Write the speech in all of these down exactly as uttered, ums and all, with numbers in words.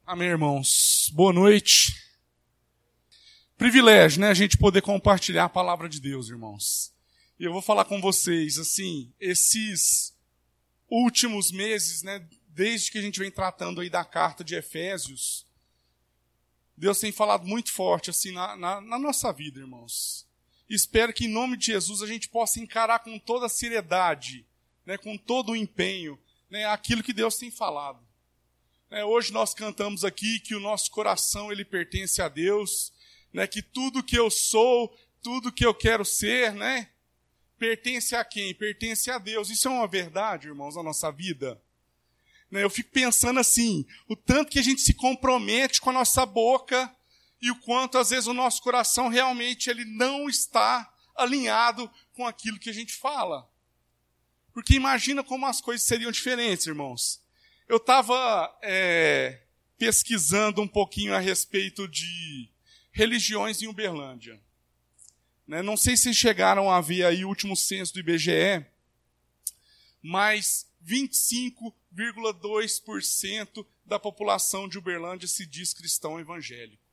Amém, irmãos. Boa noite. Privilégio, né, a gente poder compartilhar a palavra de Deus, irmãos. E eu vou falar com vocês, assim, esses últimos meses, né, desde que a gente vem tratando aí da carta de Efésios, Deus tem falado muito forte, assim, na, na, na nossa vida, irmãos. E espero que, em nome de Jesus, a gente possa encarar com toda a seriedade, né, com todo o empenho, né, aquilo que Deus tem falado. É, hoje nós cantamos aqui que o nosso coração ele pertence a Deus, né, que tudo que eu sou, tudo que eu quero ser, né, pertence a quem? Pertence a Deus. Isso é uma verdade, irmãos, na nossa vida. Né, eu fico pensando assim, o tanto que a gente se compromete com a nossa boca e o quanto às vezes o nosso coração realmente ele não está alinhado com aquilo que a gente fala. Porque imagina como as coisas seriam diferentes, irmãos. Eu estava é, pesquisando um pouquinho a respeito de religiões em Uberlândia. Né? Não sei se chegaram a ver aí o último censo do I B G E, mas vinte e cinco vírgula dois por cento da população de Uberlândia se diz cristão evangélico.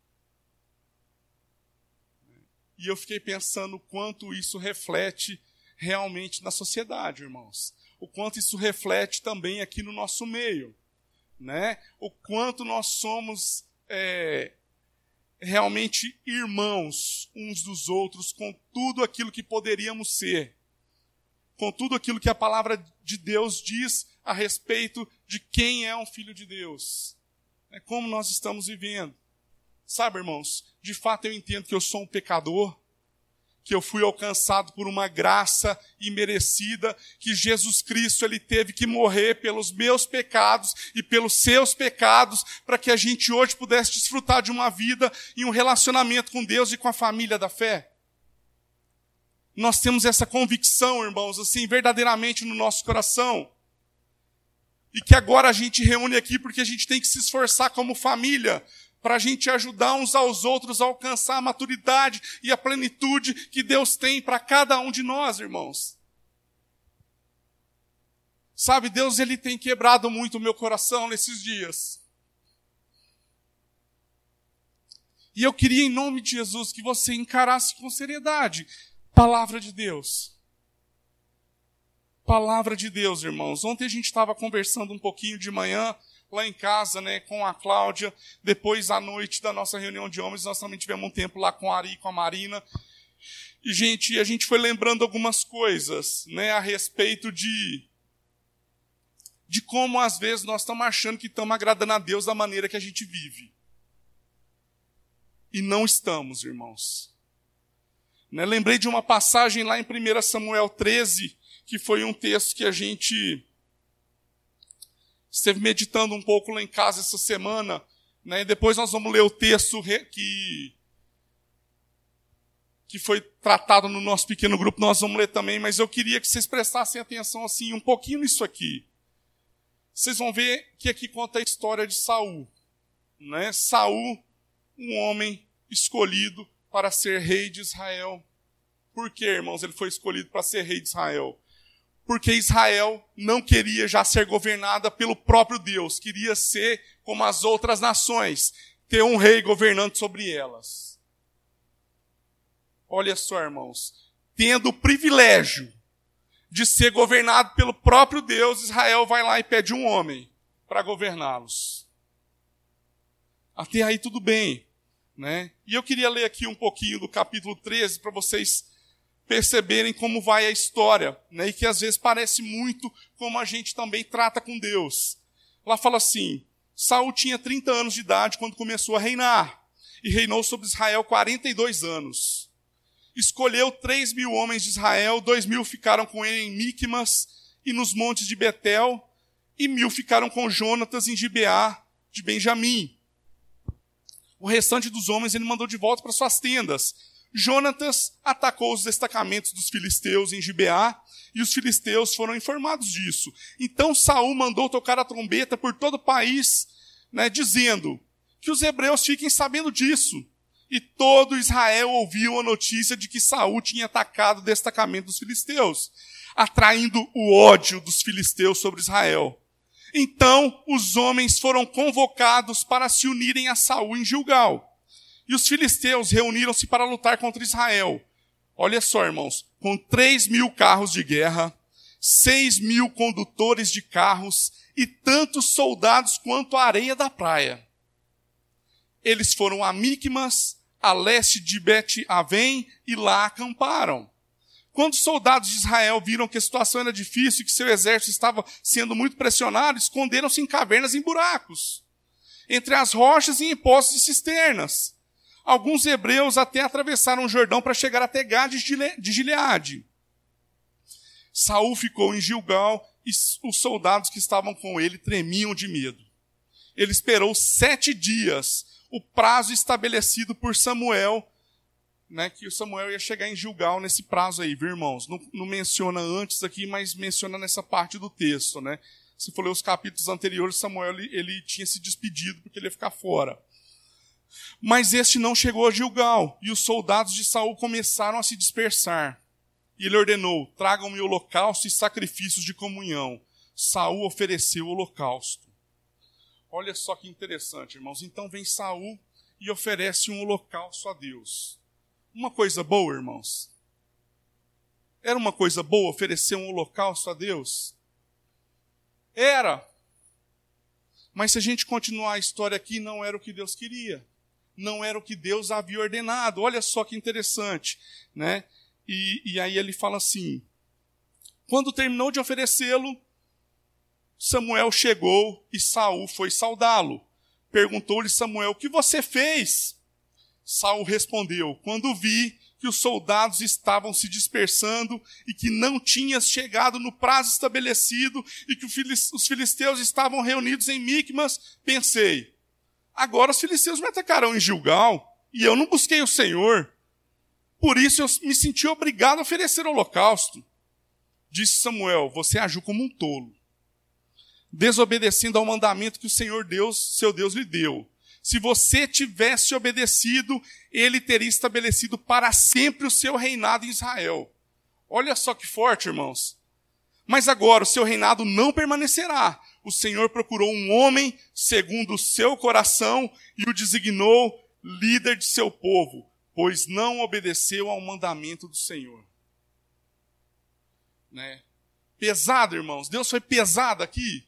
E eu fiquei pensando o quanto isso reflete realmente na sociedade, irmãos. O quanto isso reflete também aqui no nosso meio, né? O quanto nós somos é, realmente irmãos uns dos outros com tudo aquilo que poderíamos ser, com tudo aquilo que a palavra de Deus diz a respeito de quem é um filho de Deus, né? Como nós estamos vivendo. Sabe, irmãos, de fato eu entendo que eu sou um pecador, que eu fui alcançado por uma graça imerecida, que Jesus Cristo ele teve que morrer pelos meus pecados e pelos seus pecados, para que a gente hoje pudesse desfrutar de uma vida e um relacionamento com Deus e com a família da fé. Nós temos essa convicção, irmãos, assim, verdadeiramente no nosso coração. E que agora a gente reúne aqui porque a gente tem que se esforçar como família, para a gente ajudar uns aos outros a alcançar a maturidade e a plenitude que Deus tem para cada um de nós, irmãos. Sabe, Deus ele tem quebrado muito o meu coração nesses dias. E eu queria, em nome de Jesus, que você encarasse com seriedade palavra de Deus. Palavra de Deus, irmãos. Ontem a gente estava conversando um pouquinho de manhã, lá em casa, né, com a Cláudia. Depois, à noite da nossa reunião de homens, nós também tivemos um tempo lá com a Ari e com a Marina. E, gente, a gente foi lembrando algumas coisas, né, a respeito de, de como, às vezes, nós estamos achando que estamos agradando a Deus da maneira que a gente vive. E não estamos, irmãos. Né, lembrei de uma passagem lá em primeiro Samuel treze, que foi um texto que a gente esteve meditando um pouco lá em casa essa semana, né? E depois nós vamos ler o texto que, que foi tratado no nosso pequeno grupo, nós vamos ler também, mas eu queria que vocês prestassem atenção assim, um pouquinho nisso aqui. Vocês vão ver que aqui conta a história de Saul. Né? Saul, um homem escolhido para ser rei de Israel. Por quê, irmãos, ele foi escolhido para ser rei de Israel? Porque Israel não queria já ser governada pelo próprio Deus, queria ser como as outras nações, ter um rei governando sobre elas. Olha só, irmãos, tendo o privilégio de ser governado pelo próprio Deus, Israel vai lá e pede um homem para governá-los. Até aí tudo bem, né? E eu queria ler aqui um pouquinho do capítulo treze para vocês perceberem como vai a história, né? E que às vezes parece muito como a gente também trata com Deus. Lá fala assim, Saul tinha trinta anos de idade quando começou a reinar, e reinou sobre Israel quarenta e dois anos. Escolheu três mil homens de Israel, dois mil ficaram com ele em Miqumas e nos montes de Betel, e mil ficaram com Jonatas em Gibeá de Benjamim. O restante dos homens ele mandou de volta para suas tendas. Jonatas atacou os destacamentos dos filisteus em Gibeá, e os filisteus foram informados disso. Então Saul mandou tocar a trombeta por todo o país, né, dizendo que os hebreus fiquem sabendo disso. E todo Israel ouviu a notícia de que Saul tinha atacado o destacamento dos filisteus, atraindo o ódio dos filisteus sobre Israel. Então os homens foram convocados para se unirem a Saul em Gilgal. E os filisteus reuniram-se para lutar contra Israel. Olha só, irmãos, com três mil carros de guerra, seis mil condutores de carros e tantos soldados quanto a areia da praia. Eles foram a Micmas, a leste de Bet-Avém, e lá acamparam. Quando os soldados de Israel viram que a situação era difícil e que seu exército estava sendo muito pressionado, esconderam-se em cavernas e em buracos, entre as rochas e em poços e cisternas. Alguns hebreus até atravessaram o Jordão para chegar até Gade de Gileade. Saul ficou em Gilgal e os soldados que estavam com ele tremiam de medo. Ele esperou sete dias, o prazo estabelecido por Samuel, né, que o Samuel ia chegar em Gilgal nesse prazo aí, viu, irmãos? Não, não menciona antes aqui, mas menciona nessa parte do texto, né? Se for ler os capítulos anteriores, Samuel ele, ele tinha se despedido porque ele ia ficar fora. Mas este não chegou a Gilgal, e os soldados de Saul começaram a se dispersar. E ele ordenou: tragam-me holocausto e sacrifícios de comunhão. Saul ofereceu o holocausto. Olha só que interessante, irmãos. Então vem Saul e oferece um holocausto a Deus. Uma coisa boa, irmãos. Era uma coisa boa oferecer um holocausto a Deus? Era. Mas se a gente continuar a história aqui, não era o que Deus queria. Não era o que Deus havia ordenado. Olha só que interessante, né? E, e aí ele fala assim: quando terminou de oferecê-lo, Samuel chegou e Saul foi saudá-lo. Perguntou-lhe Samuel: o que você fez? Saul respondeu: quando vi que os soldados estavam se dispersando e que não tinhas chegado no prazo estabelecido e que os filisteus estavam reunidos em Micmas, pensei: agora os filisteus me atacarão em Gilgal e eu não busquei o Senhor. Por isso eu me senti obrigado a oferecer o holocausto. Disse Samuel: você agiu como um tolo, desobedecendo ao mandamento que o Senhor Deus, seu Deus, lhe deu. Se você tivesse obedecido, ele teria estabelecido para sempre o seu reinado em Israel. Olha só que forte, irmãos. Mas agora o seu reinado não permanecerá. O Senhor procurou um homem segundo o seu coração e o designou líder de seu povo, pois não obedeceu ao mandamento do Senhor. Né? Pesado, irmãos. Deus foi pesado aqui?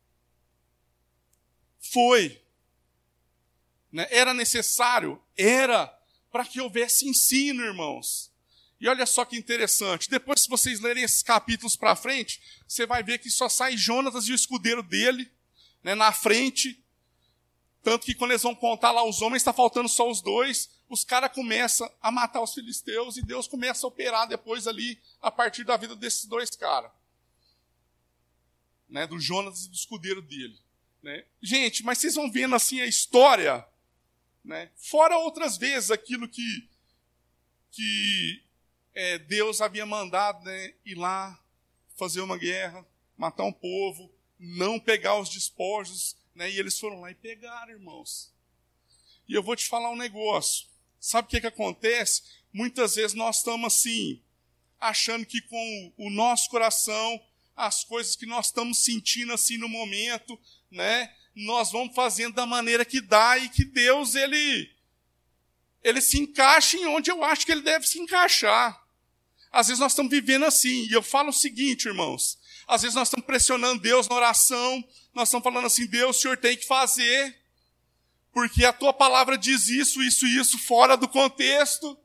Foi. Né? Era necessário? Era, para que houvesse ensino, irmãos. E olha só que interessante. Depois, se vocês lerem esses capítulos para frente, você vai ver que só sai Jonatas e o escudeiro dele, né, na frente. Tanto que quando eles vão contar lá os homens, está faltando só os dois. Os caras começam a matar os filisteus e Deus começa a operar depois ali, a partir da vida desses dois caras. Né, do Jonatas e do escudeiro dele. Né? Gente, mas vocês vão vendo assim a história, né? Fora outras vezes aquilo que, que é, Deus havia mandado, né, ir lá, fazer uma guerra, matar um povo, não pegar os despojos, né, e eles foram lá e pegaram, irmãos. E eu vou te falar um negócio. Sabe o que, que acontece? Muitas vezes nós estamos assim, achando que com o nosso coração, as coisas que nós estamos sentindo assim no momento, né, nós vamos fazendo da maneira que dá e que Deus, ele, ele se encaixa em onde eu acho que ele deve se encaixar. Às vezes nós estamos vivendo assim, e eu falo o seguinte, irmãos, às vezes nós estamos pressionando Deus na oração, nós estamos falando assim: Deus, o Senhor tem que fazer, porque a tua palavra diz isso, isso e isso, fora do contexto.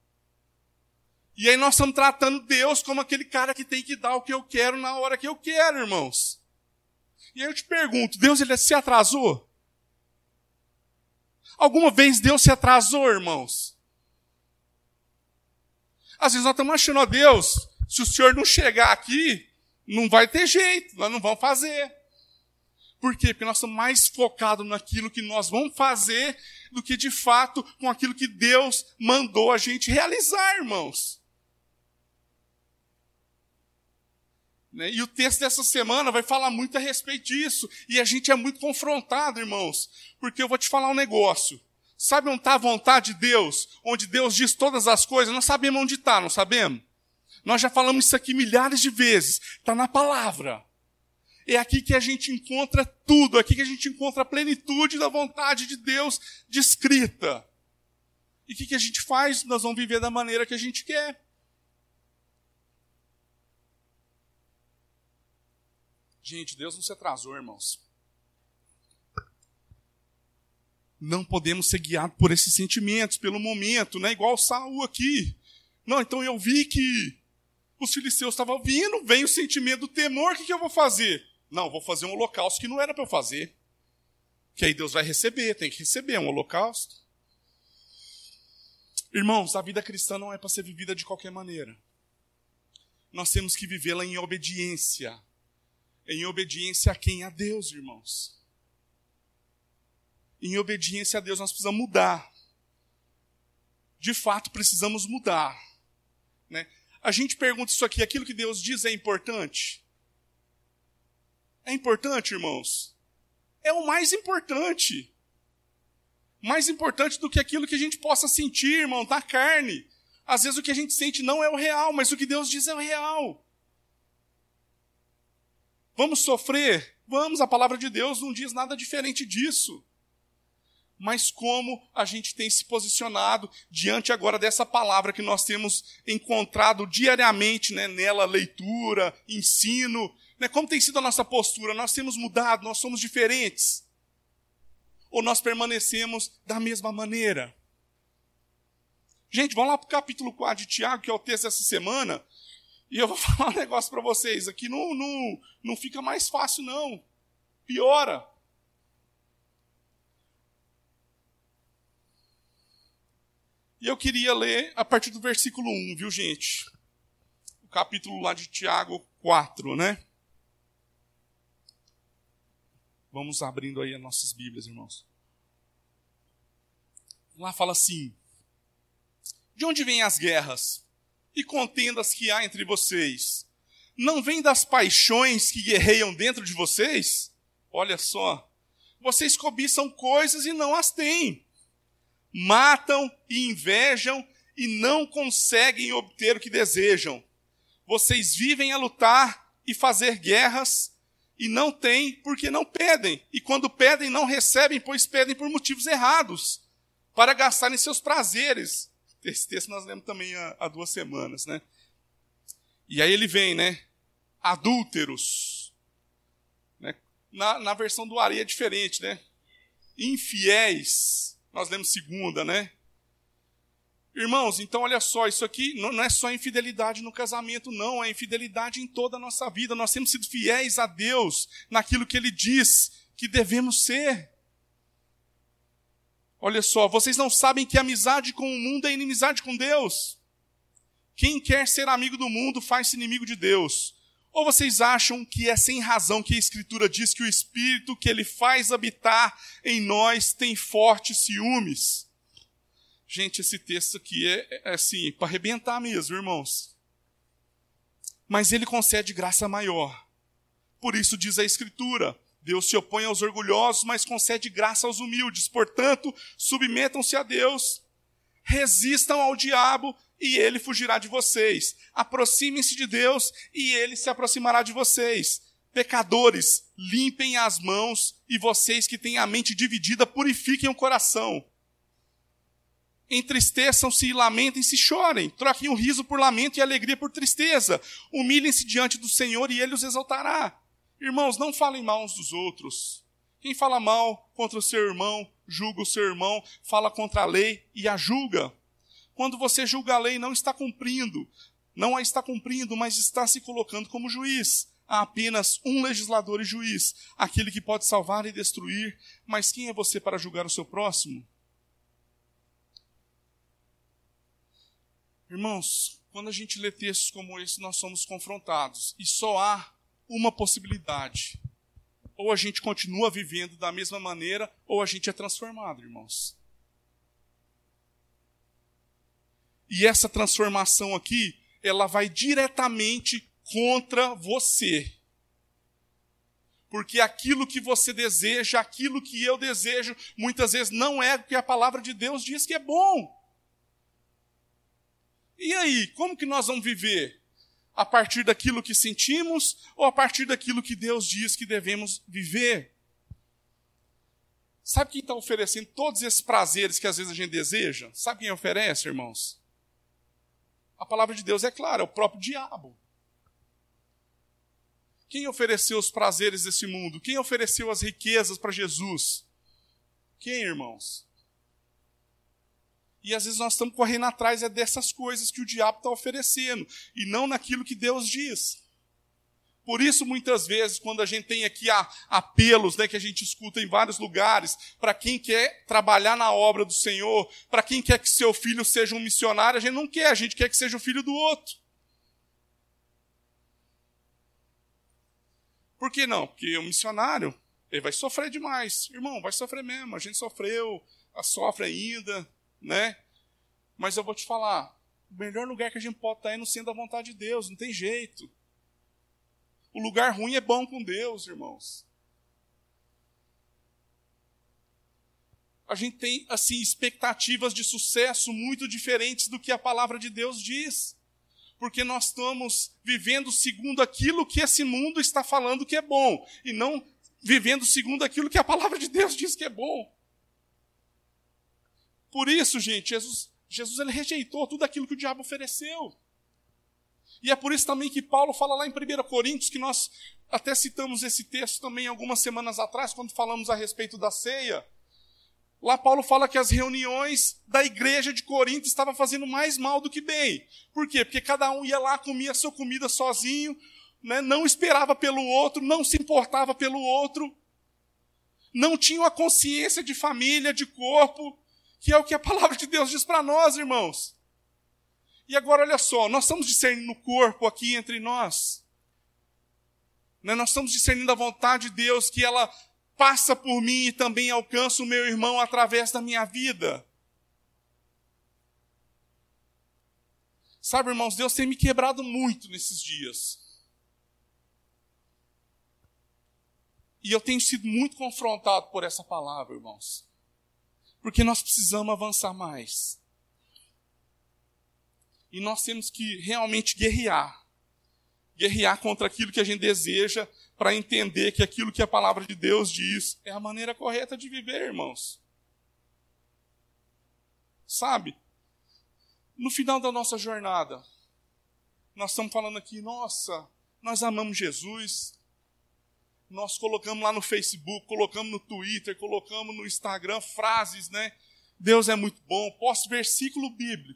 E aí nós estamos tratando Deus como aquele cara que tem que dar o que eu quero na hora que eu quero, irmãos. E aí eu te pergunto, Deus, ele se atrasou? Alguma vez Deus se atrasou, irmãos? Às vezes nós estamos achando: ó Deus, se o Senhor não chegar aqui, não vai ter jeito, nós não vamos fazer. Por quê? Porque nós estamos mais focados naquilo que nós vamos fazer do que, de fato, com aquilo que Deus mandou a gente realizar, irmãos. E o texto dessa semana vai falar muito a respeito disso. E a gente é muito confrontado, irmãos. Porque eu vou te falar um negócio. Sabe onde está a vontade de Deus? Onde Deus diz todas as coisas? Nós sabemos onde está, não sabemos? Nós já falamos isso aqui milhares de vezes. Está na palavra. É aqui que a gente encontra tudo, é aqui que a gente encontra a plenitude da vontade de Deus descrita. E o que, que a gente faz? Nós vamos viver da maneira que a gente quer. Gente, Deus não se atrasou, irmãos. Não podemos ser guiados por esses sentimentos, pelo momento, né? Igual Saul aqui. Não, então eu vi que os filisteus estavam vindo, vem o sentimento do temor, o que, que eu vou fazer? Não, vou fazer um holocausto que não era para eu fazer. Que aí Deus vai receber, tem que receber um holocausto. Irmãos, a vida cristã não é para ser vivida de qualquer maneira. Nós temos que vivê-la em obediência. Em obediência a quem? A Deus, irmãos. Em obediência a Deus nós precisamos mudar. De fato, precisamos mudar. Né? A gente pergunta isso aqui, aquilo que Deus diz é importante? É importante, irmãos? É o mais importante. Mais importante do que aquilo que a gente possa sentir, irmão, da carne. Às vezes o que a gente sente não é o real, mas o que Deus diz é o real. Vamos sofrer? Vamos, a palavra de Deus não diz nada diferente disso. Mas como a gente tem se posicionado diante agora dessa palavra que nós temos encontrado diariamente, né, nela, leitura, ensino, né, como tem sido a nossa postura? Nós temos mudado, nós somos diferentes? Ou nós permanecemos da mesma maneira? Gente, vamos lá para o capítulo quatro de Tiago, que é o texto dessa semana, e eu vou falar um negócio para vocês. Aqui não, não, não fica mais fácil, não. Piora. E eu queria ler a partir do versículo um, viu, gente? O capítulo lá de Tiago quatro, né? Vamos abrindo aí as nossas Bíblias, irmãos. Lá fala assim: de onde vêm as guerras e contendas que há entre vocês? Não vêm das paixões que guerreiam dentro de vocês? Olha só, vocês cobiçam coisas e não as têm. Matam e invejam e não conseguem obter o que desejam. Vocês vivem a lutar e fazer guerras e não têm porque não pedem. E quando pedem, não recebem, pois pedem por motivos errados, para gastarem seus prazeres. Esse texto nós lemos também há, há duas semanas, né? E aí ele vem, né? Adúlteros. Né? Na, na versão do Ari é diferente, né? Infiéis. Nós lemos segunda, né? Irmãos, então olha só, isso aqui não é só infidelidade no casamento, não. É infidelidade em toda a nossa vida. Nós temos sido fiéis a Deus naquilo que Ele diz que devemos ser. Olha só, vocês não sabem que amizade com o mundo é inimizade com Deus? Quem quer ser amigo do mundo faz-se inimigo de Deus. Ou vocês acham que é sem razão que a Escritura diz que o Espírito que Ele faz habitar em nós tem fortes ciúmes? Gente, esse texto aqui é, é assim, para arrebentar mesmo, irmãos. Mas Ele concede graça maior. Por isso diz a Escritura: Deus se opõe aos orgulhosos, mas concede graça aos humildes. Portanto, submetam-se a Deus, resistam ao diabo e ele fugirá de vocês. Aproximem-se de Deus e ele se aproximará de vocês. Pecadores, limpem as mãos, e vocês que têm a mente dividida, purifiquem o coração. Entristeçam-se e lamentem-se e chorem. Troquem o riso por lamento e a alegria por tristeza. Humilhem-se diante do Senhor e Ele os exaltará. Irmãos, não falem mal uns dos outros. Quem fala mal contra o seu irmão, julga o seu irmão, fala contra a lei e a julga. Quando você julga a lei, não está cumprindo. Não a está cumprindo, mas está se colocando como juiz. Há apenas um legislador e juiz, aquele que pode salvar e destruir. Mas quem é você para julgar o seu próximo? Irmãos, quando a gente lê textos como esse, nós somos confrontados. E só há uma possibilidade. Ou a gente continua vivendo da mesma maneira, ou a gente é transformado, irmãos. E essa transformação aqui, ela vai diretamente contra você. Porque aquilo que você deseja, aquilo que eu desejo, muitas vezes não é o que a palavra de Deus diz que é bom. E aí, como que nós vamos viver? a partir daquilo que sentimos ou a partir daquilo que Deus diz que devemos viver? Sabe quem está oferecendo todos esses prazeres que às vezes a gente deseja? Sabe quem oferece, irmãos? A palavra de Deus é clara, é o próprio diabo. Quem ofereceu os prazeres desse mundo? Quem ofereceu as riquezas para Jesus? Quem, irmãos? E às vezes nós estamos correndo atrás é dessas coisas que o diabo está oferecendo, e não naquilo que Deus diz. Por isso, muitas vezes, quando a gente tem aqui a, apelos, né, que a gente escuta em vários lugares, para quem quer trabalhar na obra do Senhor, para quem quer que seu filho seja um missionário, a gente não quer, a gente quer que seja o filho do outro. Por que não? Porque o missionário, ele vai sofrer demais. Irmão, vai sofrer mesmo, a gente sofreu, sofre ainda, né? Mas eu vou te falar, o melhor lugar que a gente pode estar é no centro da vontade de Deus, não tem jeito. O lugar ruim é bom com Deus, irmãos. A gente tem, assim, expectativas de sucesso muito diferentes do que a palavra de Deus diz. Porque nós estamos vivendo segundo aquilo que esse mundo está falando que é bom, e não vivendo segundo aquilo que a palavra de Deus diz que é bom. Por isso, gente, Jesus, Jesus ele rejeitou tudo aquilo que o diabo ofereceu. E é por isso também que Paulo fala lá em primeira Coríntios, que nós até citamos esse texto também algumas semanas atrás, quando falamos a respeito da ceia. Lá Paulo fala que as reuniões da igreja de Corinto estavam fazendo mais mal do que bem. Por quê? Porque cada um ia lá, comia a sua comida sozinho, né? Não esperava pelo outro, não se importava pelo outro, não tinham a consciência de família, de corpo, que é o que a palavra de Deus diz para nós, irmãos. E agora, olha só, nós estamos discernindo o corpo aqui entre nós. Né? Nós estamos discernindo a vontade de Deus, que ela passa por mim e também alcança o meu irmão através da minha vida. Sabe, irmãos, Deus tem me quebrado muito nesses dias. E eu tenho sido muito confrontado por essa palavra, irmãos. Porque nós precisamos avançar mais. E nós temos que realmente guerrear. Guerrear contra aquilo que a gente deseja, para entender que aquilo que a palavra de Deus diz é a maneira correta de viver, irmãos. Sabe? No final da nossa jornada, nós estamos falando aqui, nossa, nós amamos Jesus. Nós colocamos lá no Facebook, colocamos no Twitter, colocamos no Instagram frases, né? Deus é muito bom, posto versículo bíblico.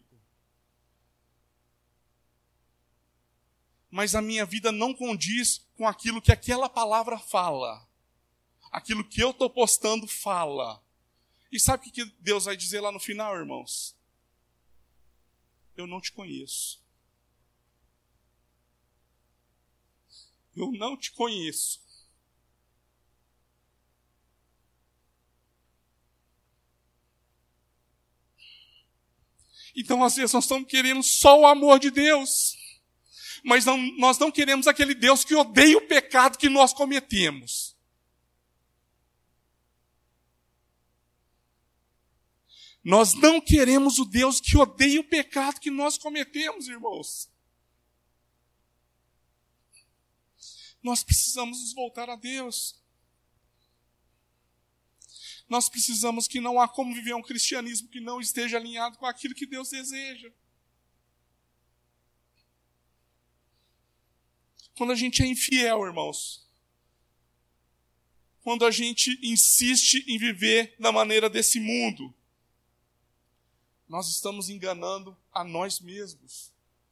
Mas a minha vida não condiz com aquilo que aquela palavra fala. Aquilo que eu estou postando fala. E sabe o que Deus vai dizer lá no final, irmãos? Eu não te conheço. Eu não te conheço. Então, às vezes, nós estamos querendo só o amor de Deus. Mas não, nós não queremos aquele Deus que odeia o pecado que nós cometemos. Nós não queremos o Deus que odeia o pecado que nós cometemos, irmãos. Nós precisamos nos voltar a Deus. Nós precisamos que não há como viver um cristianismo que não esteja alinhado com aquilo que Deus deseja. Quando a gente é infiel, irmãos, quando a gente insiste em viver da maneira desse mundo, nós estamos enganando a nós mesmos.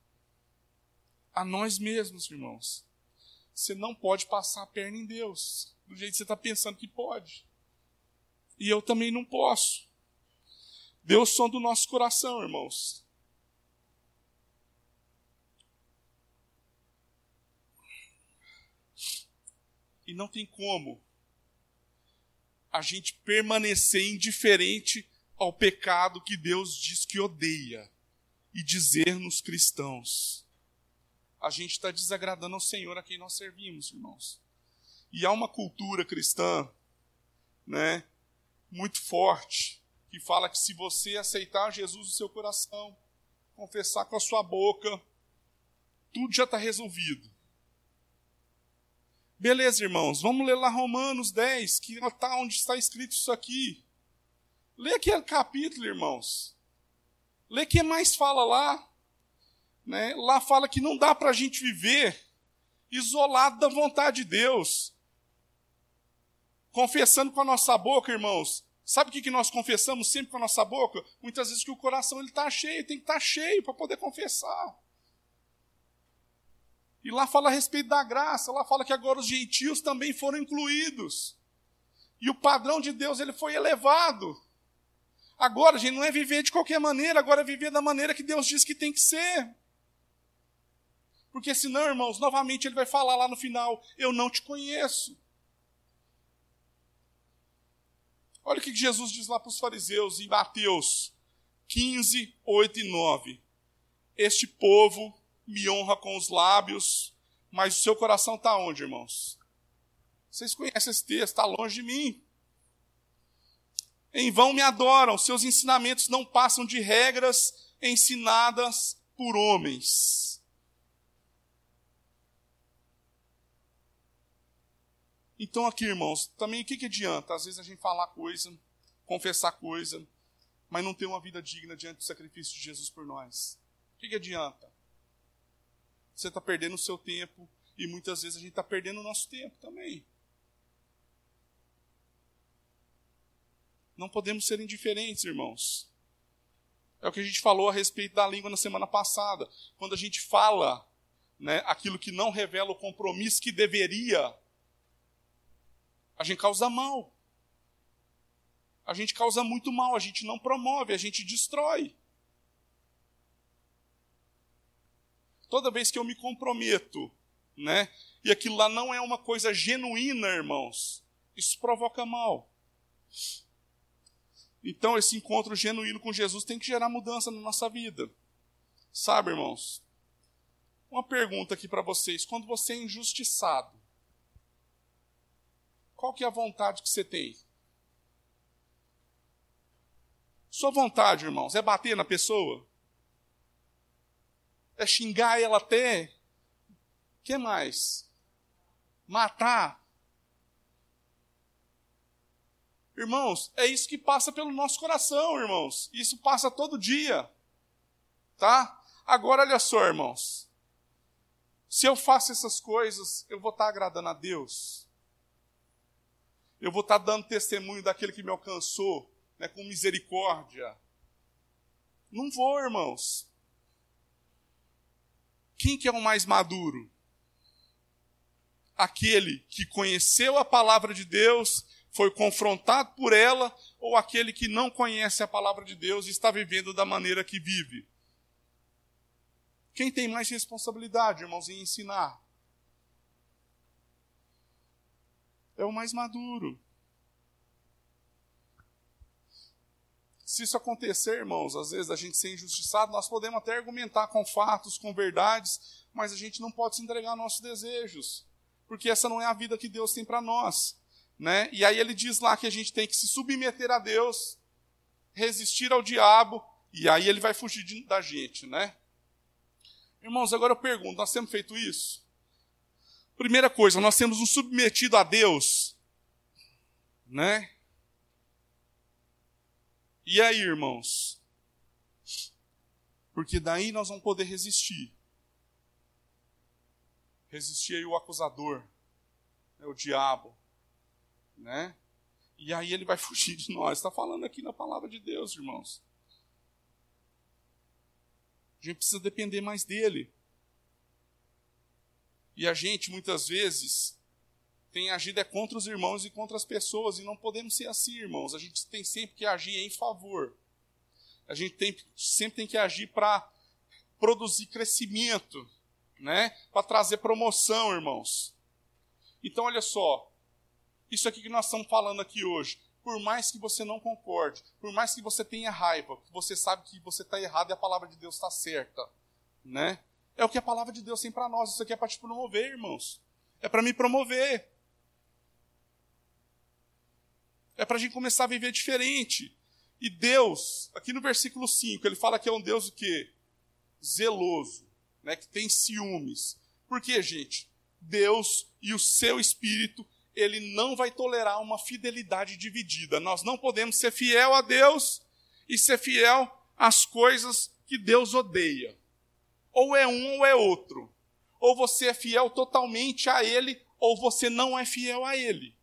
A nós mesmos, irmãos. Você não pode passar a perna em Deus, do jeito que você está pensando que pode. E eu também não posso. Deus sonda o nosso coração, irmãos. E não tem como a gente permanecer indiferente ao pecado que Deus diz que odeia e dizer-nos cristãos. A gente está desagradando ao Senhor a quem nós servimos, irmãos. E há uma cultura cristã, né, muito forte, que fala que se você aceitar Jesus no seu coração, confessar com a sua boca, tudo já está resolvido. Beleza, irmãos, vamos ler lá Romanos dez, que está onde está escrito isso aqui. Lê aquele capítulo, irmãos. Lê o que mais fala lá. Né? Lá fala que não dá para a gente viver isolado da vontade de Deus. Confessando com a nossa boca, irmãos. Sabe o que nós confessamos sempre com a nossa boca? Muitas vezes que o coração está cheio, tem que estar cheio para poder confessar. E lá fala a respeito da graça, lá fala que agora os gentios também foram incluídos. E o padrão de Deus ele foi elevado. Agora, gente, não é viver de qualquer maneira, agora é viver da maneira que Deus diz que tem que ser. Porque senão, irmãos, novamente ele vai falar lá no final, eu não te conheço. Olha o que Jesus diz lá para os fariseus em Mateus quinze, oito e nove. Este povo me honra com os lábios, mas o seu coração está onde, irmãos? Vocês conhecem esse texto, está longe de mim. Em vão me adoram, seus ensinamentos não passam de regras ensinadas por homens. Então aqui, irmãos, também o que, que adianta? Às vezes a gente falar coisa, confessar coisa, mas não ter uma vida digna diante do sacrifício de Jesus por nós. O que, que adianta? Você está perdendo o seu tempo e muitas vezes a gente está perdendo o nosso tempo também. Não podemos ser indiferentes, irmãos. É o que a gente falou a respeito da língua na semana passada. Quando a gente fala, né, aquilo que não revela o compromisso que deveria, a gente causa mal. A gente causa muito mal, a gente não promove, a gente destrói. Toda vez que eu me comprometo, né, e aquilo lá não é uma coisa genuína, irmãos, isso provoca mal. Então, esse encontro genuíno com Jesus tem que gerar mudança na nossa vida. Sabe, irmãos? Uma pergunta aqui para vocês. Quando você é injustiçado, qual que é a vontade que você tem? Sua vontade, irmãos, é bater na pessoa? É xingar ela até? O que mais? Matar? Irmãos, é isso que passa pelo nosso coração, irmãos. Isso passa todo dia. Tá? Agora, olha só, irmãos. Se eu faço essas coisas, eu vou estar agradando a Deus. Eu vou estar dando testemunho daquele que me alcançou, né, com misericórdia. Não vou, irmãos. Quem que é o mais maduro? Aquele que conheceu a palavra de Deus, foi confrontado por ela, ou aquele que não conhece a palavra de Deus e está vivendo da maneira que vive? Quem tem mais responsabilidade, irmãos, em ensinar? É o mais maduro. Se isso acontecer, irmãos, às vezes a gente ser injustiçado, nós podemos até argumentar com fatos, com verdades, mas a gente não pode se entregar aos nossos desejos, porque essa não é a vida que Deus tem para nós. Né? E aí ele diz lá que a gente tem que se submeter a Deus, resistir ao diabo, e aí ele vai fugir de, da gente, né? Irmãos, agora eu pergunto, nós temos feito isso? Primeira coisa, nós temos nos submetido a Deus, né? E aí, irmãos? Porque daí nós vamos poder resistir. Resistir aí o acusador, né, o diabo. Né? E aí ele vai fugir de nós. Está falando aqui na palavra de Deus, irmãos. A gente precisa depender mais dele. E a gente, muitas vezes, tem agido é contra os irmãos e contra as pessoas, e não podemos ser assim, irmãos. A gente tem sempre que agir em favor. A gente tem, sempre tem que agir para produzir crescimento, né? Para trazer promoção, irmãos. Então, olha só. Isso aqui que nós estamos falando aqui hoje, por mais que você não concorde, por mais que você tenha raiva, que você sabe que você está errado e a palavra de Deus está certa, né? É o que a palavra de Deus tem para nós. Isso aqui é para te promover, irmãos. É para me promover. É para a gente começar a viver diferente. E Deus, aqui no versículo cinco, ele fala que é um Deus o quê? Zeloso. né, que tem ciúmes. Por quê, gente? Deus e o seu Espírito, ele não vai tolerar uma fidelidade dividida. Nós não podemos ser fiel a Deus e ser fiel às coisas que Deus odeia. Ou é um ou é outro. Ou você é fiel totalmente a Ele, ou você não é fiel a Ele.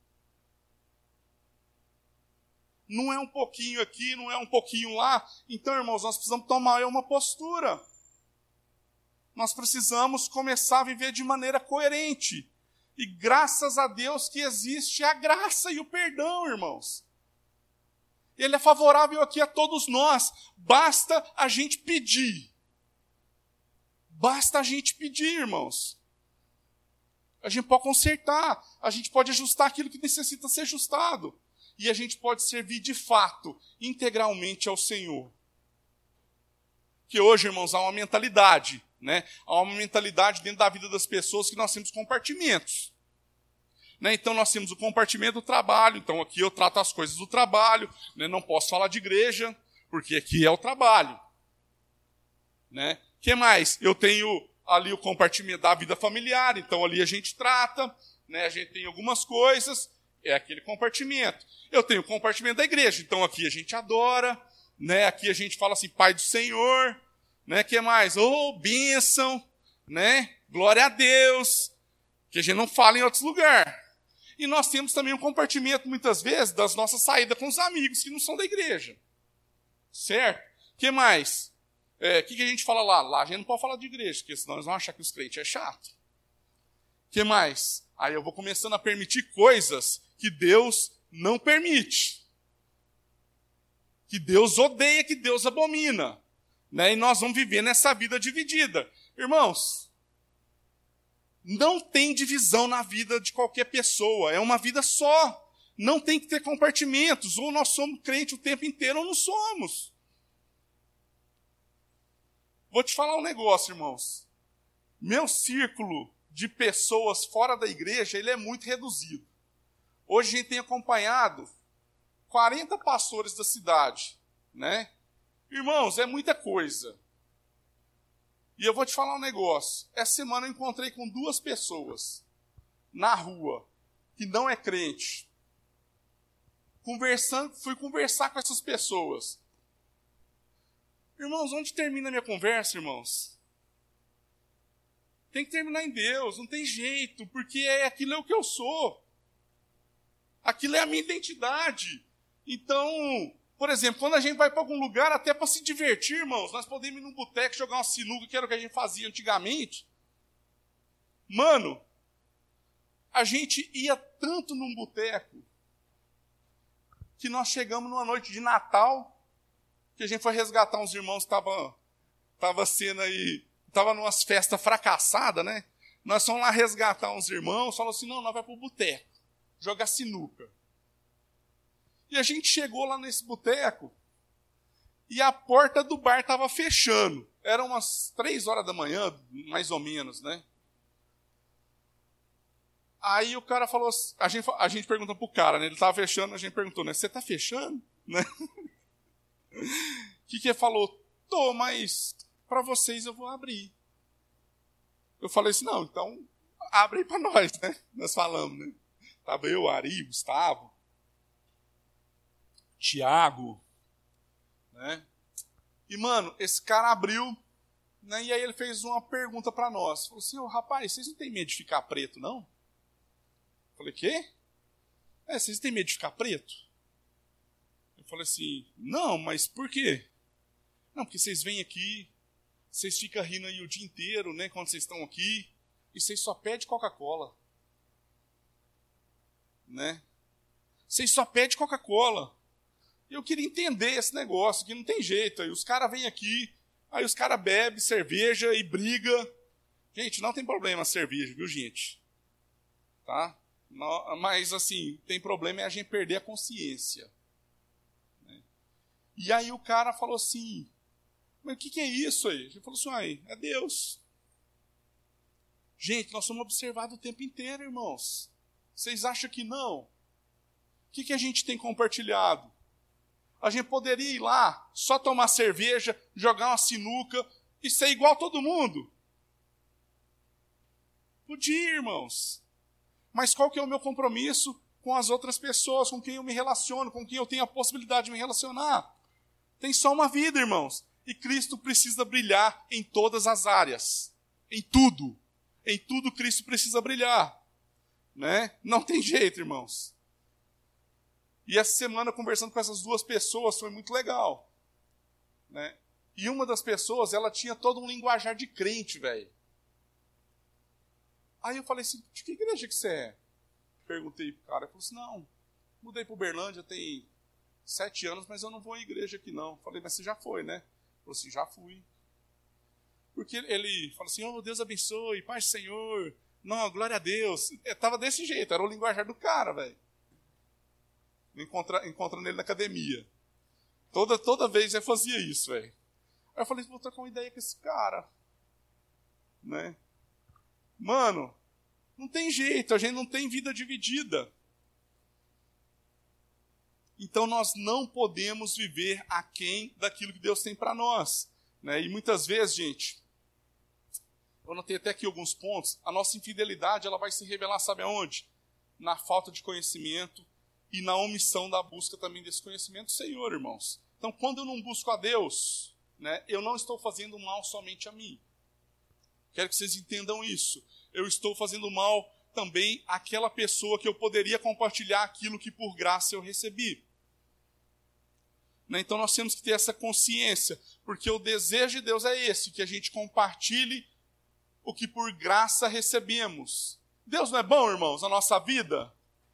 Não é um pouquinho aqui, não é um pouquinho lá. Então, irmãos, nós precisamos tomar uma postura. Nós precisamos começar a viver de maneira coerente. E graças a Deus que existe a graça e o perdão, irmãos. Ele é favorável aqui a todos nós. Basta a gente pedir. Basta a gente pedir, irmãos. A gente pode consertar. A gente pode ajustar aquilo que necessita ser ajustado. E a gente pode servir de fato, integralmente ao Senhor. Que hoje, irmãos, há uma mentalidade, né? Há uma mentalidade dentro da vida das pessoas que nós temos compartimentos. Né? Então nós temos o compartimento do trabalho, então aqui eu trato as coisas do trabalho, né? Não posso falar de igreja, porque aqui é o trabalho. Né? Que mais? Eu tenho ali o compartimento da vida familiar, então ali a gente trata, né? A gente tem algumas coisas, é aquele compartimento. Eu tenho o compartimento da igreja, então aqui a gente adora, né? Aqui a gente fala assim, Pai do Senhor, né? Que mais? Oh, bênção, né? Glória a Deus, que a gente não fala em outros lugares. E nós temos também um compartimento, muitas vezes, das nossas saídas com os amigos que não são da igreja. Certo? O que mais? O é, que, que a gente fala lá? Lá a gente não pode falar de igreja, porque senão eles vão achar que os crentes é chato. O que mais? Aí eu vou começando a permitir coisas que Deus não permite. Que Deus odeia, que Deus abomina. Né? E nós vamos viver nessa vida dividida. Irmãos, não tem divisão na vida de qualquer pessoa. É uma vida só. Não tem que ter compartimentos. Ou nós somos crentes o tempo inteiro ou não somos. Vou te falar um negócio, irmãos. Meu círculo de pessoas fora da igreja, ele é muito reduzido. Hoje a gente tem acompanhado quarenta pastores da cidade, né? Irmãos, é muita coisa. E eu vou te falar um negócio. Essa semana eu encontrei com duas pessoas na rua, que não é crente. Conversando, fui conversar com essas pessoas. Irmãos, onde termina a minha conversa, irmãos? Tem que terminar em Deus, não tem jeito, porque é, aquilo é o que eu sou. Aquilo é a minha identidade. Então, por exemplo, quando a gente vai para algum lugar, até para se divertir, irmãos, nós podemos ir num boteco jogar uma sinuca, que era o que a gente fazia antigamente. Mano, a gente ia tanto num boteco, que nós chegamos numa noite de Natal, que a gente foi resgatar uns irmãos que estavam tava sendo aí, estavam numas festas fracassadas, né? Nós fomos lá resgatar uns irmãos, falou assim, não, nós vamos para o boteco, jogar sinuca. E a gente chegou lá nesse boteco, e a porta do bar estava fechando. Eram umas três horas da manhã, mais ou menos, né? Aí o cara falou, a gente, a gente perguntou pro cara, né? Ele estava fechando, a gente perguntou, né? Você está fechando? Né? O que que ele falou? Tô, mas para vocês eu vou abrir. Eu falei assim, não, então abre aí para nós, né? Nós falamos, né? Tava eu, Ari, Gustavo, Tiago, né? E, mano, esse cara abriu, né? E aí ele fez uma pergunta para nós. Falou assim, ô, rapaz, vocês não têm medo de ficar preto, não? Eu falei, quê? É, vocês têm medo de ficar preto? Eu falei assim, não, mas por quê? Não, porque vocês vêm aqui, vocês ficam rindo aí o dia inteiro, né, quando vocês estão aqui, e vocês só pedem Coca-Cola. Né? Vocês só pedem Coca-Cola. Eu queria entender esse negócio, que não tem jeito. Aí os caras vêm aqui, aí os caras bebem cerveja e briga. Gente, não tem problema a cerveja, viu, gente? Tá? Mas, assim, tem problema é a gente perder a consciência. Né? E aí o cara falou assim, mas o que, que é isso aí? Ele falou assim, aí, é Deus. Gente, nós somos observados o tempo inteiro, irmãos. Vocês acham que não? O que, que a gente tem compartilhado? A gente poderia ir lá, só tomar cerveja, jogar uma sinuca e ser igual a todo mundo. Podia, irmãos. Mas qual que é o meu compromisso com as outras pessoas, com quem eu me relaciono, com quem eu tenho a possibilidade de me relacionar? Tem só uma vida, irmãos. E Cristo precisa brilhar em todas as áreas. Em tudo. Em tudo Cristo precisa brilhar. Né? Não tem jeito, irmãos. E essa semana, conversando com essas duas pessoas, foi muito legal. Né? E uma das pessoas, ela tinha todo um linguajar de crente, velho. Aí eu falei assim, de que igreja que você é? Perguntei pro cara. Ele falou assim, não, mudei para Uberlândia tem sete anos, mas eu não vou à igreja aqui não. Falei, mas você já foi, né? Ele falou assim, já fui. Porque ele falou assim, oh, Deus abençoe, paz do Senhor. Não, glória a Deus. Estava desse jeito, era o linguajar do cara, velho. Encontra, encontrando ele na academia. Toda, toda vez eu fazia isso, velho. Aí eu falei, vou trocar uma ideia com esse cara. Né? Mano, não tem jeito, a gente não tem vida dividida. Então nós não podemos viver aquém daquilo que Deus tem para nós. Né? E muitas vezes, gente, eu anotei até aqui alguns pontos, a nossa infidelidade ela vai se revelar, sabe aonde? Na falta de conhecimento e na omissão da busca também desse conhecimento do Senhor, irmãos. Então quando eu não busco a Deus, né, eu não estou fazendo mal somente a mim. Quero que vocês entendam isso. Eu estou fazendo mal também àquela pessoa que eu poderia compartilhar aquilo que por graça eu recebi. Né? Então nós temos que ter essa consciência, porque o desejo de Deus é esse, que a gente compartilhe o que por graça recebemos. Deus não é bom, irmãos, na nossa vida?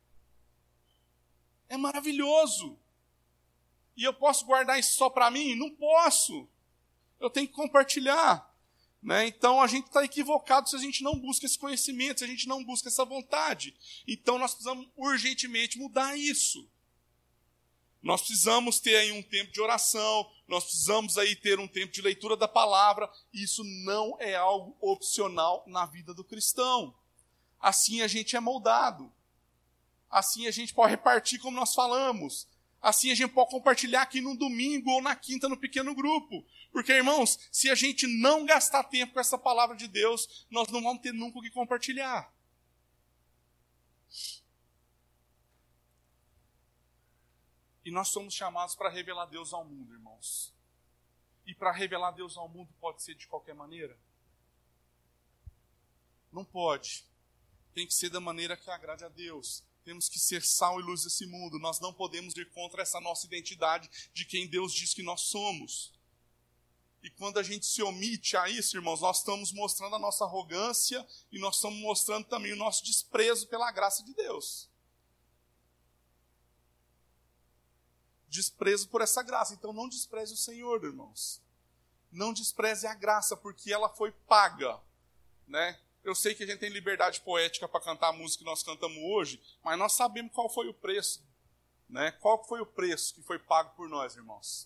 É maravilhoso. E eu posso guardar isso só para mim? Não posso. Eu tenho que compartilhar. Né? Então a gente está equivocado se a gente não busca esse conhecimento, se a gente não busca essa vontade. Então nós precisamos urgentemente mudar isso. Nós precisamos ter aí um tempo de oração, nós precisamos aí ter um tempo de leitura da palavra. Isso não é algo opcional na vida do cristão. Assim a gente é moldado. Assim a gente pode repartir como nós falamos. Assim a gente pode compartilhar aqui no domingo ou na quinta no pequeno grupo. Porque, irmãos, se a gente não gastar tempo com essa palavra de Deus, nós não vamos ter nunca o que compartilhar. E nós somos chamados para revelar Deus ao mundo, irmãos. E para revelar Deus ao mundo pode ser de qualquer maneira? Não pode. Tem que ser da maneira que agrade a Deus. Temos que ser sal e luz desse mundo. Nós não podemos ir contra essa nossa identidade de quem Deus diz que nós somos. E quando a gente se omite a isso, irmãos, nós estamos mostrando a nossa arrogância e nós estamos mostrando também o nosso desprezo pela graça de Deus. Desprezo por essa graça. Então não despreze o Senhor, irmãos. Não despreze a graça, porque ela foi paga. Né? Eu sei que a gente tem liberdade poética para cantar a música que nós cantamos hoje, mas nós sabemos qual foi o preço. Né? Qual foi o preço que foi pago por nós, irmãos?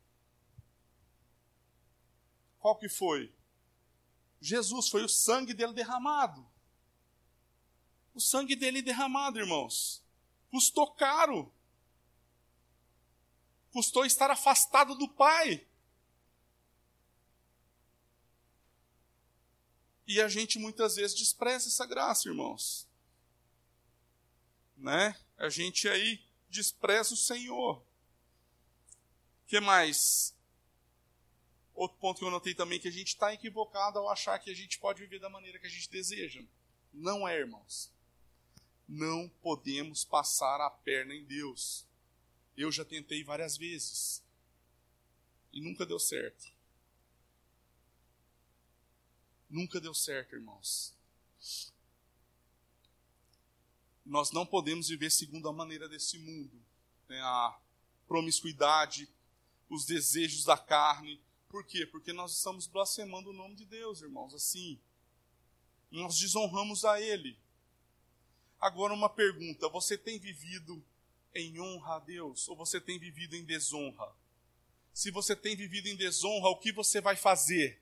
Qual que foi? Jesus, foi o sangue dele derramado. O sangue dele derramado, irmãos. Custou caro. Custou estar afastado do Pai. E a gente muitas vezes despreza essa graça, irmãos. Né? A gente aí despreza o Senhor. O que mais? Outro ponto que eu notei também, que a gente está equivocado ao achar que a gente pode viver da maneira que a gente deseja. Não é, irmãos. Não podemos passar a perna em Deus. Eu já tentei várias vezes. E nunca deu certo. Nunca deu certo, irmãos. Nós não podemos viver segundo a maneira desse mundo. Né? A promiscuidade, os desejos da carne. Por quê? Porque nós estamos blasfemando o nome de Deus, irmãos, assim. Nós desonramos a Ele. Agora uma pergunta, você tem vivido em honra a Deus ou você tem vivido em desonra? Se você tem vivido em desonra, o que você vai fazer?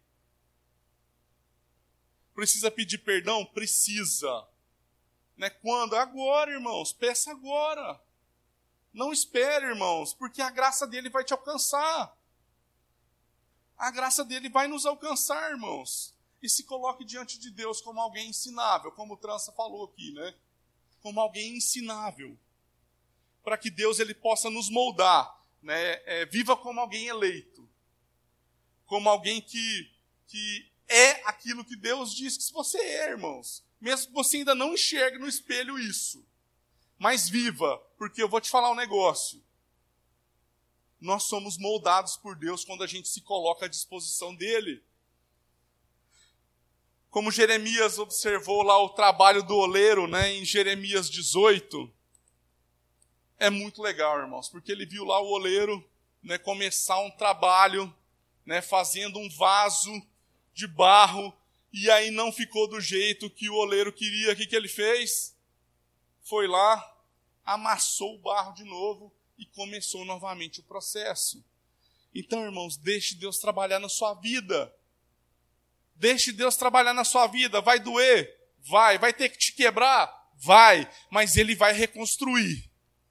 Precisa pedir perdão? Precisa. Né? Quando? Agora, irmãos, peça agora. Não espere, irmãos, porque a graça dele vai te alcançar. A graça dele vai nos alcançar, irmãos. e se coloque diante de Deus como alguém ensinável, como o Trança falou aqui, né? Como alguém ensinável, para que Deus ele possa nos moldar, né? É, viva como alguém eleito, como alguém que, que é aquilo que Deus diz que você é, irmãos. Mesmo que você ainda não enxergue no espelho isso, mas viva, porque eu vou te falar um negócio. Nós somos moldados por Deus quando a gente se coloca à disposição dele. Como Jeremias observou lá o trabalho do oleiro, né, em Jeremias dezoito, é muito legal, irmãos, porque ele viu lá o oleiro, né, começar um trabalho, né, fazendo um vaso de barro, e aí não ficou do jeito que o oleiro queria. O que, que ele fez? Foi lá, amassou o barro de novo e começou novamente o processo. Então, irmãos, deixe Deus trabalhar na sua vida. Deixe Deus trabalhar na sua vida. Vai doer? Vai. Vai ter que te quebrar? Vai. Mas Ele vai reconstruir.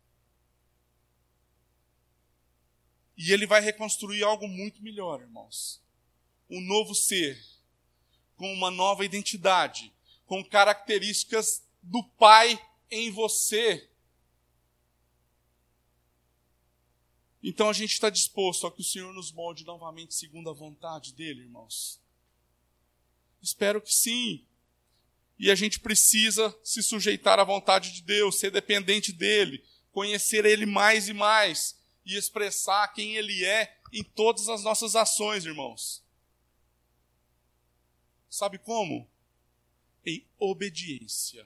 E Ele vai reconstruir algo muito melhor, irmãos. Um novo ser, com uma nova identidade, com características do Pai em você. Então a gente está disposto a que o Senhor nos molde novamente segundo a vontade dEle, irmãos. Espero que sim. E a gente precisa se sujeitar à vontade de Deus, ser dependente dEle, conhecer Ele mais e mais e expressar quem Ele é em todas as nossas ações, irmãos. Sabe como? Em obediência.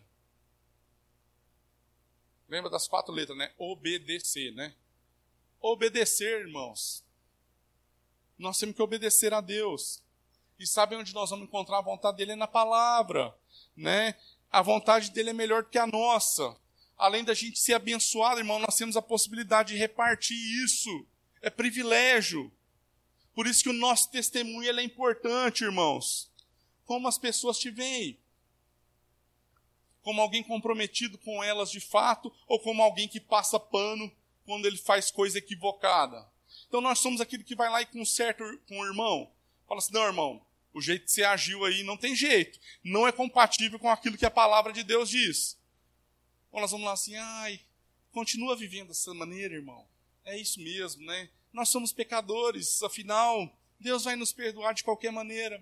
Lembra das quatro letras, né? Obedecer, né? Obedecer, irmãos. Nós temos que obedecer a Deus. E sabe onde nós vamos encontrar a vontade dele? É na palavra, né? A vontade dele é melhor do que a nossa. Além da gente ser abençoado, irmão, nós temos a possibilidade de repartir isso. É privilégio. Por isso que o nosso testemunho ele é importante, irmãos. Como as pessoas te veem. Como alguém comprometido com elas de fato, ou como alguém que passa pano quando ele faz coisa equivocada. Então nós somos aquele que vai lá e conserta com o irmão. Fala assim, não, irmão, o jeito que você agiu aí não tem jeito. Não é compatível com aquilo que a palavra de Deus diz. Ou nós vamos lá assim, ai, continua vivendo dessa maneira, irmão. É isso mesmo, né? Nós somos pecadores, afinal, Deus vai nos perdoar de qualquer maneira.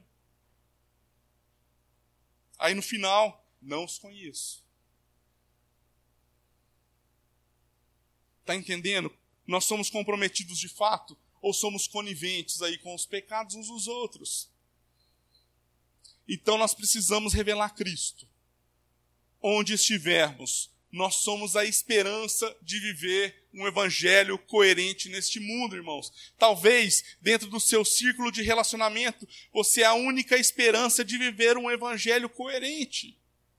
Aí no final, não os conheço. Está entendendo? Nós somos comprometidos de fato ou somos coniventes aí com os pecados uns dos outros? Então nós precisamos revelar Cristo. Onde estivermos, nós somos a esperança de viver um evangelho coerente neste mundo, irmãos. Talvez, dentro do seu círculo de relacionamento, você é a única esperança de viver um evangelho coerente.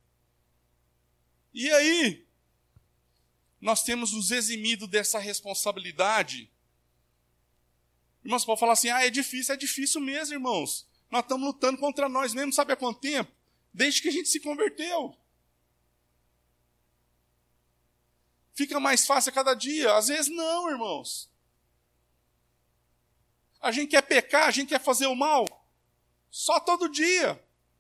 E aí, nós temos nos eximido dessa responsabilidade. Irmãos, pode falar assim, ah, é difícil, é difícil mesmo, irmãos. Nós estamos lutando contra nós mesmos, sabe há quanto tempo? Desde que a gente se converteu. Fica mais fácil a cada dia? Às vezes não, irmãos. A gente quer pecar, a gente quer fazer o mal. Só todo dia.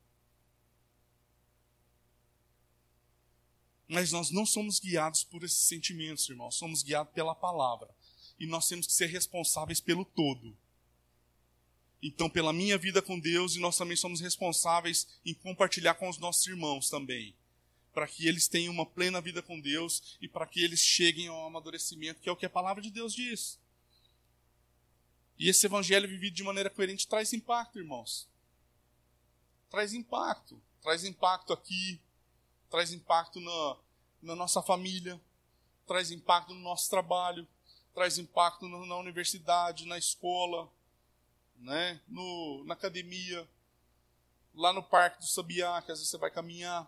Mas nós não somos guiados por esses sentimentos, irmãos. Somos guiados pela palavra. E nós temos que ser responsáveis pelo todo. Então, pela minha vida com Deus, e nós também somos responsáveis em compartilhar com os nossos irmãos também. Para que eles tenham uma plena vida com Deus e para que eles cheguem ao amadurecimento, que é o que a palavra de Deus diz. E esse evangelho vivido de maneira coerente traz impacto, irmãos. Traz impacto. Traz impacto aqui, traz impacto na, na nossa família, traz impacto no nosso trabalho, traz impacto no, na universidade, na escola, né? no, na academia, lá no Parque do Sabiá, que às vezes você vai caminhar.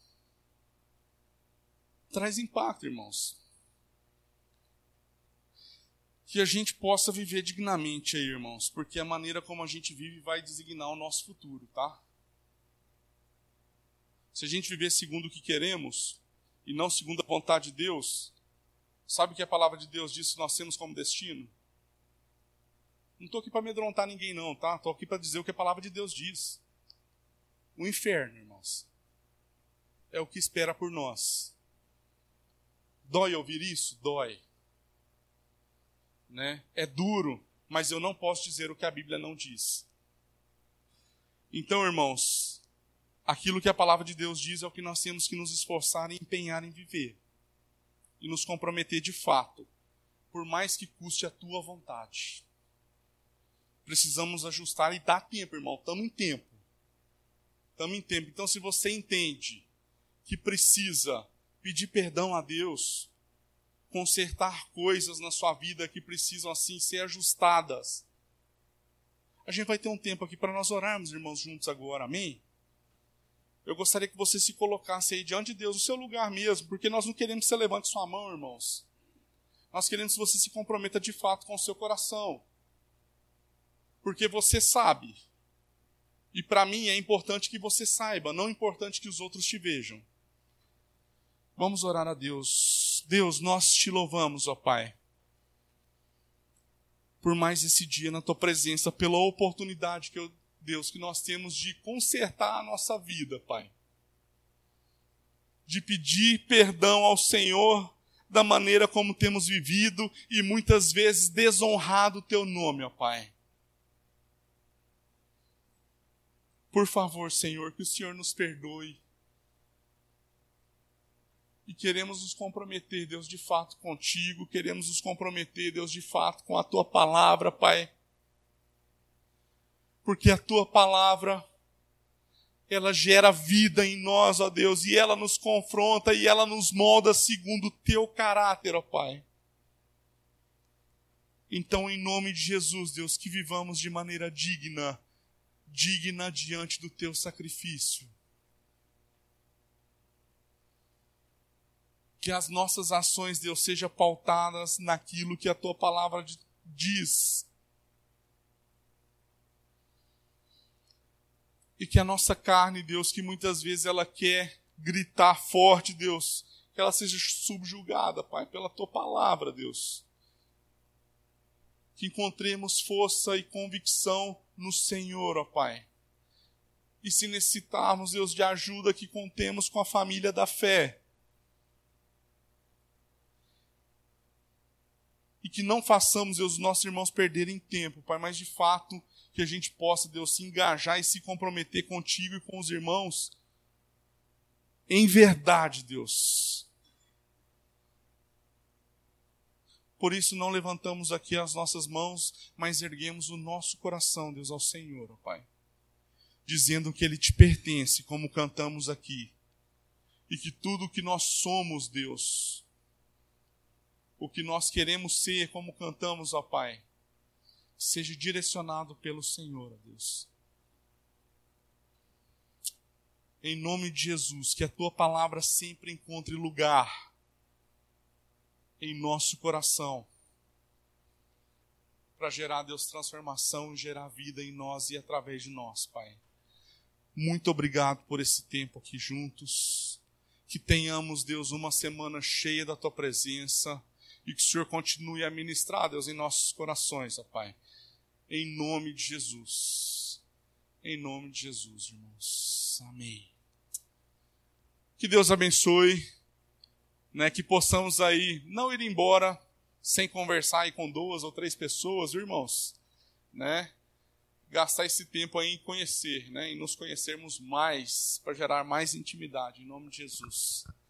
Traz impacto, irmãos. Que a gente possa viver dignamente aí, irmãos, porque a maneira como a gente vive vai designar o nosso futuro, tá? Se a gente viver segundo o que queremos e não segundo a vontade de Deus, sabe o que a palavra de Deus diz que nós temos como destino? Não estou aqui para amedrontar ninguém não, tá? Estou aqui para dizer o que a palavra de Deus diz. O inferno, irmãos, é o que espera por nós. Dói ouvir isso? Dói. Né? É duro, mas eu não posso dizer o que a Bíblia não diz. Então, irmãos, aquilo que a palavra de Deus diz é o que nós temos que nos esforçar e empenhar em viver. E nos comprometer de fato, por mais que custe a tua vontade. Precisamos ajustar e dar tempo, irmão. Estamos em tempo. Estamos em tempo. Então, se você entende que precisa pedir perdão a Deus, consertar coisas na sua vida que precisam assim ser ajustadas, a gente vai ter um tempo aqui para nós orarmos, irmãos, juntos agora, amém? Eu gostaria que você se colocasse aí diante de Deus, no seu lugar mesmo, porque nós não queremos que você levante sua mão, irmãos. Nós queremos que você se comprometa de fato com o seu coração. Porque você sabe. E para mim é importante que você saiba, não é importante que os outros te vejam. Vamos orar a Deus. Deus, nós te louvamos, ó Pai, por mais esse dia na tua presença, pela oportunidade que eu, Deus, que nós temos de consertar a nossa vida, Pai. De pedir perdão ao Senhor da maneira como temos vivido e muitas vezes desonrado o teu nome, ó Pai. Por favor, Senhor, que o Senhor nos perdoe. E queremos nos comprometer, Deus, de fato contigo. Queremos nos comprometer, Deus, de fato com a tua palavra, Pai. Porque a tua palavra, ela gera vida em nós, ó Deus, e ela nos confronta e ela nos molda segundo o teu caráter, ó Pai. Então, em nome de Jesus, Deus, que vivamos de maneira digna, digna diante do teu sacrifício. Que as nossas ações, Deus, sejam pautadas naquilo que a tua palavra diz. E que a nossa carne, Deus, que muitas vezes ela quer gritar forte, Deus, que ela seja subjugada, Pai, pela tua palavra, Deus. Que encontremos força e convicção no Senhor, ó Pai. E se necessitarmos, Deus, de ajuda, que contemos com a família da fé. E que não façamos, Deus, os nossos irmãos perderem tempo, Pai, mas de fato que a gente possa, Deus, se engajar e se comprometer contigo e com os irmãos em verdade, Deus. Por isso não levantamos aqui as nossas mãos, mas erguemos o nosso coração, Deus, ao Senhor, ó Pai, dizendo que Ele te pertence, como cantamos aqui, e que tudo o que nós somos, Deus, o que nós queremos ser, como cantamos, ó Pai, seja direcionado pelo Senhor, ó Deus. Em nome de Jesus, que a tua palavra sempre encontre lugar em nosso coração, para gerar, Deus, transformação e gerar vida em nós e através de nós, Pai. Muito obrigado por esse tempo aqui juntos, que tenhamos, Deus, uma semana cheia da tua presença e que o Senhor continue a ministrar, Deus, em nossos corações, ó Pai. Em nome de Jesus. Em nome de Jesus, irmãos. Amém. Que Deus abençoe, né, que possamos aí não ir embora sem conversar aí com duas ou três pessoas, irmãos, né? Gastar esse tempo aí em conhecer, né, em nos conhecermos mais, para gerar mais intimidade, em nome de Jesus.